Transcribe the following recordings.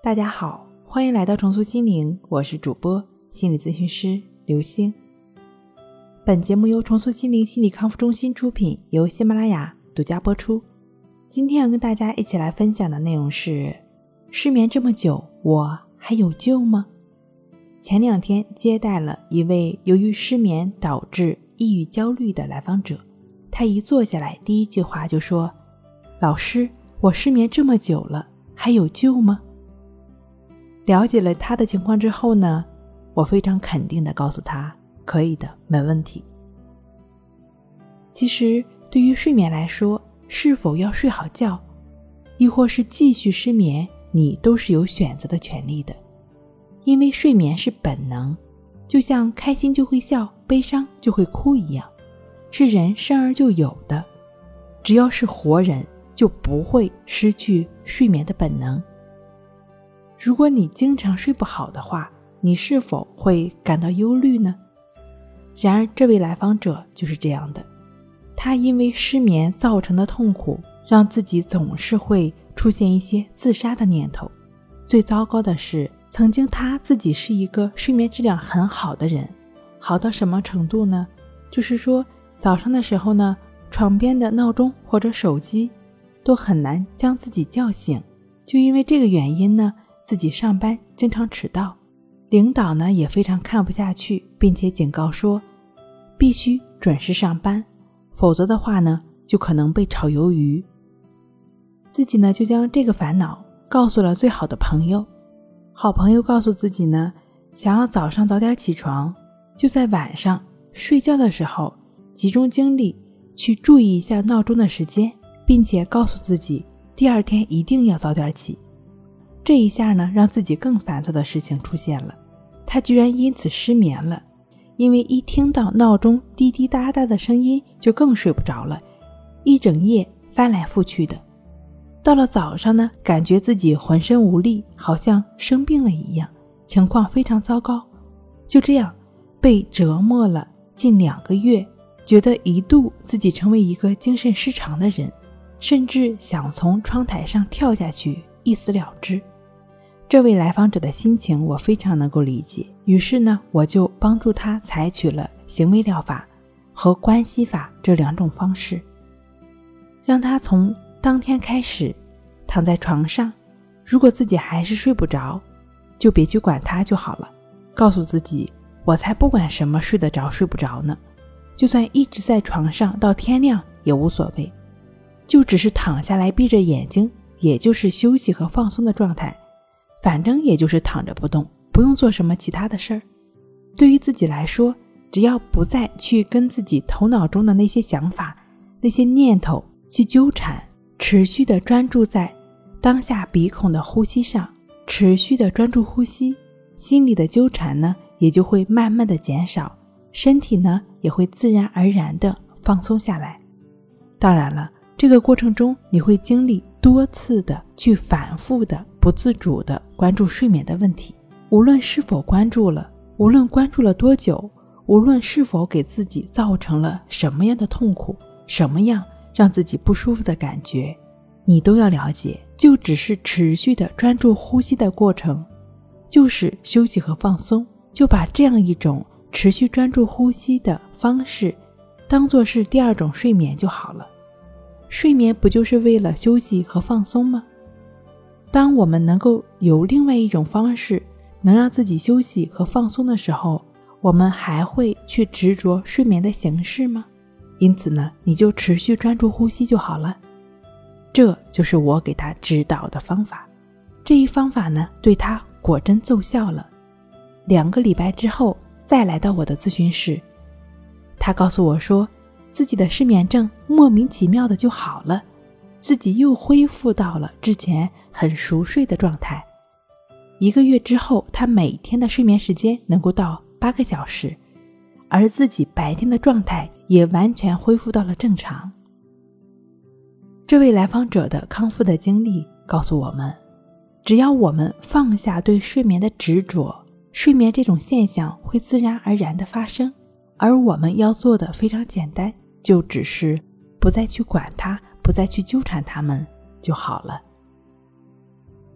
大家好，欢迎来到重塑心灵，我是主播心理咨询师刘星。本节目由重塑心灵心理康复中心出品，由喜马拉雅独家播出。今天要跟大家一起来分享的内容是：失眠这么久，我还有救吗？前2天接待了一位由于失眠导致抑郁焦虑的来访者，他一坐下来，第一句话就说：老师，我失眠这么久了，还有救吗？了解了他的情况之后呢，我非常肯定地告诉他，可以的，没问题。其实对于睡眠来说，是否要睡好觉，亦或是继续失眠，你都是有选择的权利的。因为睡眠是本能，就像开心就会笑，悲伤就会哭一样，是人生而就有的。只要是活人，就不会失去睡眠的本能。如果你经常睡不好的话，你是否会感到忧虑呢？然而这位来访者就是这样的，他因为失眠造成的痛苦，让自己总是会出现一些自杀的念头。最糟糕的是，曾经他自己是一个睡眠质量很好的人，好到什么程度呢？就是说早上的时候呢，床边的闹钟或者手机都很难将自己叫醒，就因为这个原因呢，自己上班经常迟到，领导呢也非常看不下去，并且警告说必须准时上班，否则的话呢就可能被炒鱿鱼。自己呢就将这个烦恼告诉了最好的朋友，好朋友告诉自己呢，想要早上早点起床，就在晚上睡觉的时候集中精力去注意一下闹钟的时间，并且告诉自己第2天一定要早点起。这一下呢，让自己更烦躁的事情出现了，他居然因此失眠了。因为一听到闹钟滴滴答答的声音就更睡不着了，一整夜翻来覆去的。到了早上呢，感觉自己浑身无力，好像生病了一样，情况非常糟糕。就这样被折磨了近2个月，觉得一度自己成为一个精神失常的人，甚至想从窗台上跳下去一死了之。这位来访者的心情我非常能够理解，于是呢，我就帮助他采取了行为疗法和关系法这2种方式，让他从当天开始躺在床上，如果自己还是睡不着，就别去管他就好了，告诉自己，我才不管什么睡得着睡不着呢，就算一直在床上到天亮也无所谓，就只是躺下来闭着眼睛，也就是休息和放松的状态，反正也就是躺着不动，不用做什么其他的事儿。对于自己来说，只要不再去跟自己头脑中的那些想法、那些念头去纠缠，持续的专注在当下鼻孔的呼吸上，持续的专注呼吸，心里的纠缠呢也就会慢慢的减少，身体呢也会自然而然的放松下来。当然了，这个过程中你会经历多次的去反复的不自主的关注睡眠的问题，无论是否关注了，无论关注了多久，无论是否给自己造成了什么样的痛苦，什么样让自己不舒服的感觉，你都要了解，就只是持续的专注呼吸的过程，就是休息和放松，就把这样一种持续专注呼吸的方式当作是第2种睡眠就好了。睡眠不就是为了休息和放松吗？当我们能够有另外一种方式能让自己休息和放松的时候，我们还会去执着睡眠的形式吗？因此呢，你就持续专注呼吸就好了。这就是我给他指导的方法。这一方法呢，对他果真奏效了。2个礼拜之后再来到我的咨询室，他告诉我说，自己的失眠症莫名其妙的就好了，自己又恢复到了之前很熟睡的状态。1个月之后，他每天的睡眠时间能够到8个小时，而自己白天的状态也完全恢复到了正常。这位来访者的康复的经历告诉我们，只要我们放下对睡眠的执着，睡眠这种现象会自然而然的发生，而我们要做的非常简单，就只是不再去管它，不再去纠缠它们就好了。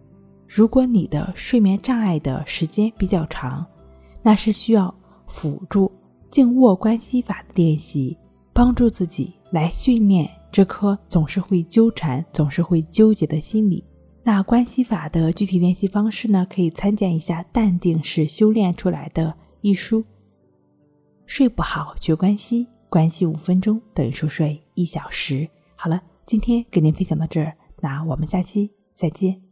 如果你的睡眠障碍的时间比较长，那是需要辅助静卧观息法的练习，帮助自己来训练这颗总是会纠缠、总是会纠结的心理。那观息法的具体练习方式呢，可以参见一下《淡定是修炼出来的》一书。睡不好学观息，观息5分钟等于熟睡1小时。好了，今天跟您分享到这儿，那我们下期再见。